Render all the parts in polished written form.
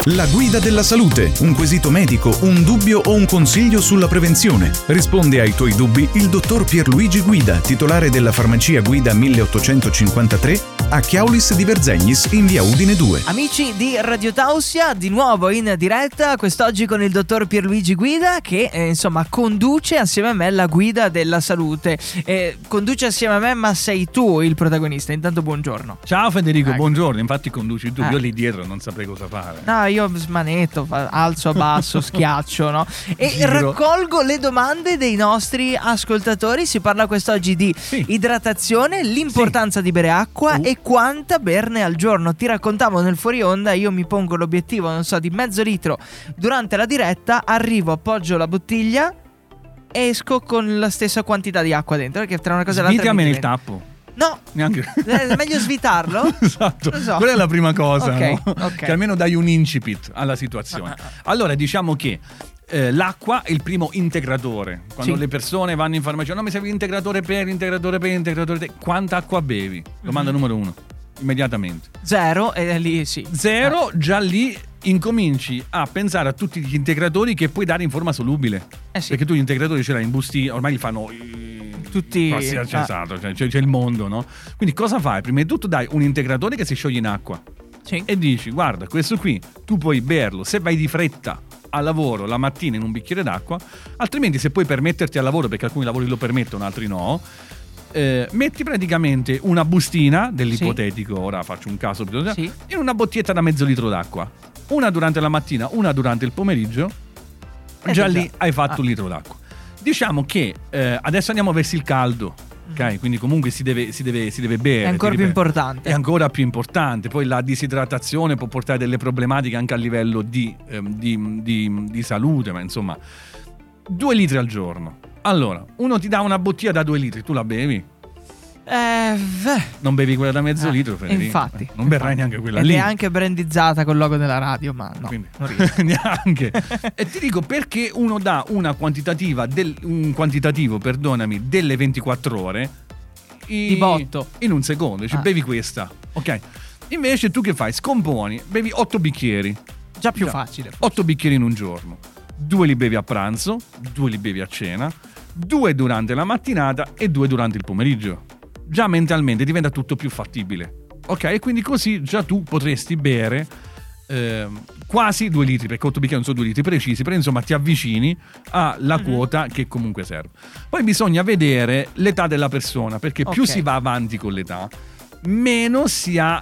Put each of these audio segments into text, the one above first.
La guida della salute, un quesito medico, un dubbio o un consiglio sulla prevenzione. Risponde ai tuoi dubbi il dottor Pierluigi Guida, titolare della farmacia Guida 1853 a Chiaulis di Verzegnis in via Udine 2. Amici di Radio Tausia, di nuovo in diretta quest'oggi con il dottor Pierluigi Guida che insomma conduce assieme a me la guida della salute. Conduce assieme a me, ma sei tu il protagonista. Intanto buongiorno. Ciao Federico, buongiorno. Infatti conduci tu, io lì dietro non saprei cosa fare. No, io smanetto, alzo, abbasso, schiaccio, no? E Giro. raccolgo le domande dei nostri ascoltatori. Si parla quest'oggi di idratazione, l'importanza di bere acqua e quanta berne al giorno. Ti raccontavo nel fuori onda, io mi pongo l'obiettivo, non so, di mezzo litro durante la diretta, arrivo, appoggio la bottiglia, esco con la stessa quantità di acqua dentro, perché tra una cosa e l'altra Svitamene il tappo. No, Neanche. è meglio svitarlo. Esatto, Lo so. quella è la prima cosa, Ok, no? ok. Che almeno dai un incipit alla situazione. Allora, diciamo che l'acqua è il primo integratore. Quando Sì. le persone vanno in farmacia, no, mi serve integratore per. Quanta acqua bevi? Domanda numero 1. Immediatamente. 0 e lì sì. 0, già lì incominci a pensare a tutti gli integratori che puoi dare in forma solubile. Sì. Perché tu gli integratori ce l'hai in bustine, ormai li fanno Tutti esatto, cioè, c'è il mondo, no? Quindi cosa fai? Prima di tutto dai un integratore che si scioglie in acqua. Sì. E dici, guarda, questo qui tu puoi berlo se vai di fretta al lavoro la mattina in un bicchiere d'acqua, altrimenti se puoi permetterti al lavoro, perché alcuni lavori lo permettono, altri no, metti praticamente una bustina dell'ipotetico, ora faccio un caso, Sì. in una bottietta da mezzo litro d'acqua, una durante la mattina, una durante il pomeriggio, già lì hai fatto un litro d'acqua. Diciamo che adesso andiamo verso il caldo. Ok, quindi comunque si deve bere. È ancora più importante. È ancora più importante. Poi la disidratazione può portare delle problematiche anche a livello di salute, ma insomma 2 litri al giorno. Allora, uno ti dà una bottiglia da 2 litri, tu la bevi? Non bevi quella da mezzo litro, Federico? Infatti. Non berrai neanche quella Ed lì. è anche brandizzata col logo della radio, ma no, Quindi, non riesco. neanche. E ti dico perché uno dà un quantitativo, delle 24 ore Di botto. in un secondo, dici bevi questa, ok? Invece tu che fai? Scomponi, bevi 8 bicchieri. Già più facile. 8 bicchieri in un giorno. 2 li bevi a pranzo, 2 li bevi a cena, 2 durante la mattinata e 2 durante il pomeriggio. Già mentalmente diventa tutto più fattibile. Ok? E quindi così già tu potresti bere quasi 2 litri, perché 8 bicchieri non sono 2 litri precisi, però insomma ti avvicini alla quota che comunque serve. Poi bisogna vedere l'età della persona, perché più si va avanti con l'età, meno si ha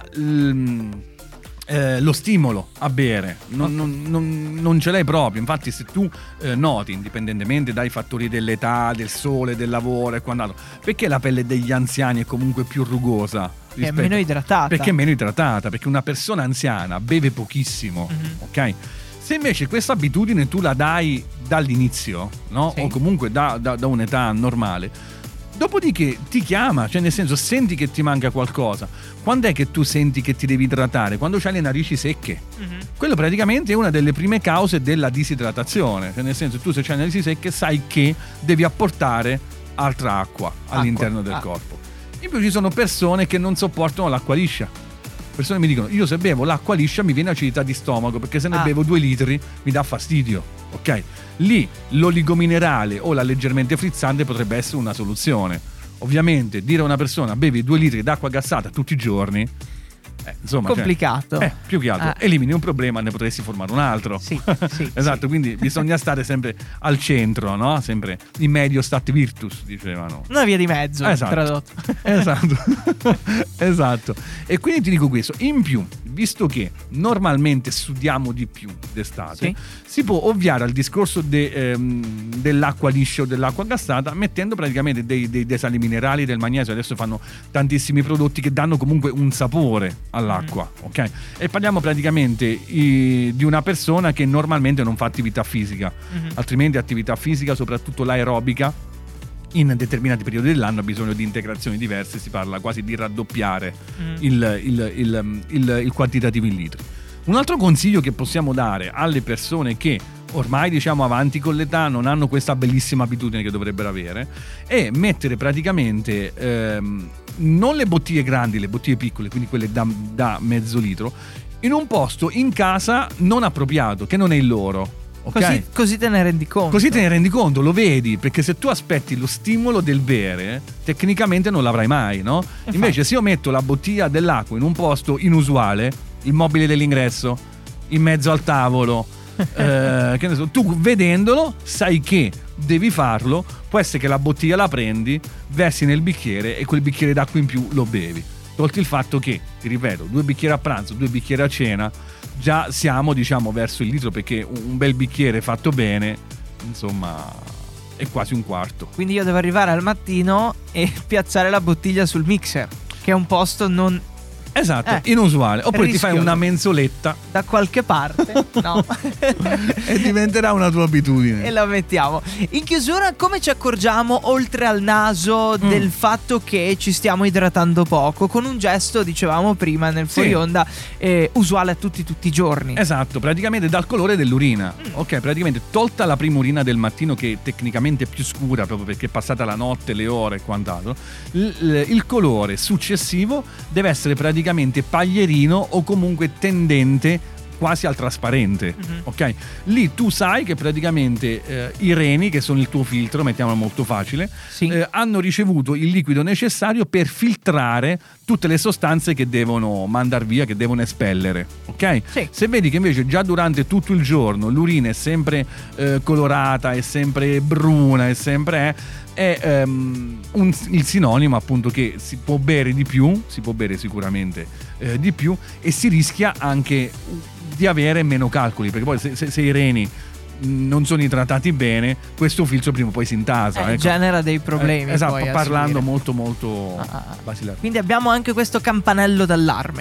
lo stimolo a bere, non ce l'hai proprio. Infatti se tu noti, indipendentemente dai fattori dell'età, del sole, del lavoro e quant'altro, perché la pelle degli anziani è comunque più rugosa? È meno idratata. Perché è meno idratata, perché una persona anziana beve pochissimo, ok? Se invece questa abitudine tu la dai dall'inizio, no? Sì. O comunque da un'età normale, dopodiché ti chiama, cioè nel senso senti che ti manca qualcosa. Quando è che tu senti che ti devi idratare? Quando c'hai le narici secche. Quello praticamente è una delle prime cause della disidratazione, cioè nel senso tu se c'hai le narici secche sai che devi apportare altra acqua all'interno del corpo. In più ci sono persone che non sopportano l'acqua liscia. Persone mi dicono, io se bevo l'acqua liscia mi viene acidità di stomaco, perché se ne bevo 2 litri mi dà fastidio, ok? Lì l'oligominerale o la leggermente frizzante potrebbe essere una soluzione. Ovviamente dire a una persona bevi 2 litri d'acqua gassata tutti i giorni, insomma, complicato. Più che altro elimini un problema, ne potresti formare un altro. Sì, esatto, sì. quindi bisogna stare sempre al centro, no? Sempre in medio stat virtus, dicevano. Una via di mezzo, tradotto. Esatto. E quindi ti dico questo, in più, visto che normalmente sudiamo di più d'estate, si può ovviare al discorso dell'acqua liscia o dell'acqua gassata mettendo praticamente dei sali minerali, del magnesio. Adesso fanno tantissimi prodotti che danno comunque un sapore all'acqua, ok? E parliamo praticamente di una persona che normalmente non fa attività fisica, altrimenti attività fisica, soprattutto l'aerobica, in determinati periodi dell'anno ha bisogno di integrazioni diverse, si parla quasi di raddoppiare il quantitativo in litri. Un altro consiglio che possiamo dare alle persone che ormai diciamo avanti con l'età non hanno questa bellissima abitudine che dovrebbero avere è mettere praticamente non le bottiglie grandi, le bottiglie piccole, quindi quelle da mezzo litro, in un posto in casa non appropriato, che non è il loro. Okay? Così te ne rendi conto. Così te ne rendi conto, lo vedi, perché se tu aspetti lo stimolo del bere, tecnicamente non l'avrai mai, no? Invece se io metto la bottiglia dell'acqua in un posto inusuale, il mobile dell'ingresso, in mezzo al tavolo, che ne so, tu vedendolo sai che devi farlo, può essere che la bottiglia la prendi, versi nel bicchiere e quel bicchiere d'acqua in più lo bevi. Tolto il fatto che, ti ripeto, 2 bicchieri a pranzo, 2 bicchieri a cena, già siamo, diciamo, verso il litro, perché un bel bicchiere fatto bene, insomma, è quasi un quarto. Quindi io devo arrivare al mattino e piazzare la bottiglia sul mixer, che è un posto non... Esatto, inusuale. Oppure rischioso. ti fai una menzoletta Da qualche parte, no? e diventerà una tua abitudine. E la mettiamo. In chiusura, come ci accorgiamo, oltre al naso, del fatto che ci stiamo idratando poco? Con un gesto, dicevamo prima nel fuori onda, usuale a tutti i giorni. Esatto, praticamente dal colore dell'urina. Ok, praticamente tolta la prima urina del mattino, che tecnicamente è più scura proprio perché è passata la notte, le ore e quant'altro, il colore successivo deve essere praticamente paglierino o comunque tendente quasi al trasparente. Ok? Lì tu sai che praticamente i reni, che sono il tuo filtro, mettiamolo molto facile, hanno ricevuto il liquido necessario per filtrare tutte le sostanze che devono mandar via, che devono espellere. Ok? Sì. Se vedi che invece già durante tutto il giorno l'urina è sempre colorata, è sempre bruna, è sempre è il sinonimo appunto che si può bere di più, si può bere sicuramente di più, e si rischia anche di avere meno calcoli, perché poi se i reni non sono idratati bene, questo filtro prima o poi si intasa, ecco. Genera dei problemi. Esatto, poi parlando molto basilare. Quindi abbiamo anche questo campanello d'allarme.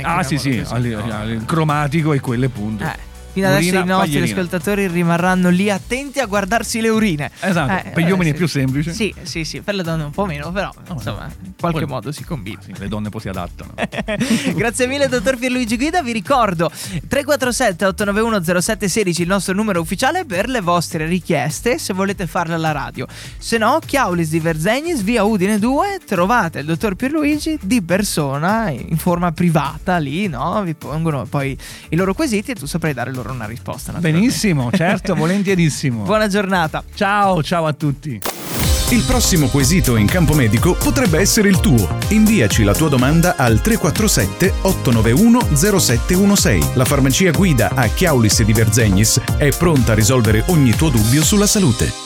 Il cromatico e quelle punto. Fino adesso i nostri ascoltatori rimarranno lì attenti a guardarsi le urine. Esatto, per gli uomini è più semplice. Sì, per le donne un po' meno, però insomma, in qualche modo si combina. Sì, le donne poi si adattano. Grazie mille, dottor Pierluigi Guida. Vi ricordo 347 891 0716 il nostro numero ufficiale per le vostre richieste, se volete farle alla radio. Se no, Chiaulis di Verzegnis, via Udine 2, trovate il dottor Pierluigi di persona, in forma privata lì, no? Vi pongono poi i loro quesiti e tu saprai dare loro una risposta. Benissimo, certo, volentierissimo. Buona giornata. Ciao a tutti. Il prossimo quesito in campo medico potrebbe essere il tuo. Inviaci la tua domanda al 347 891 0716. La farmacia Guida a Chiaulis di Verzegnis è pronta a risolvere ogni tuo dubbio sulla salute.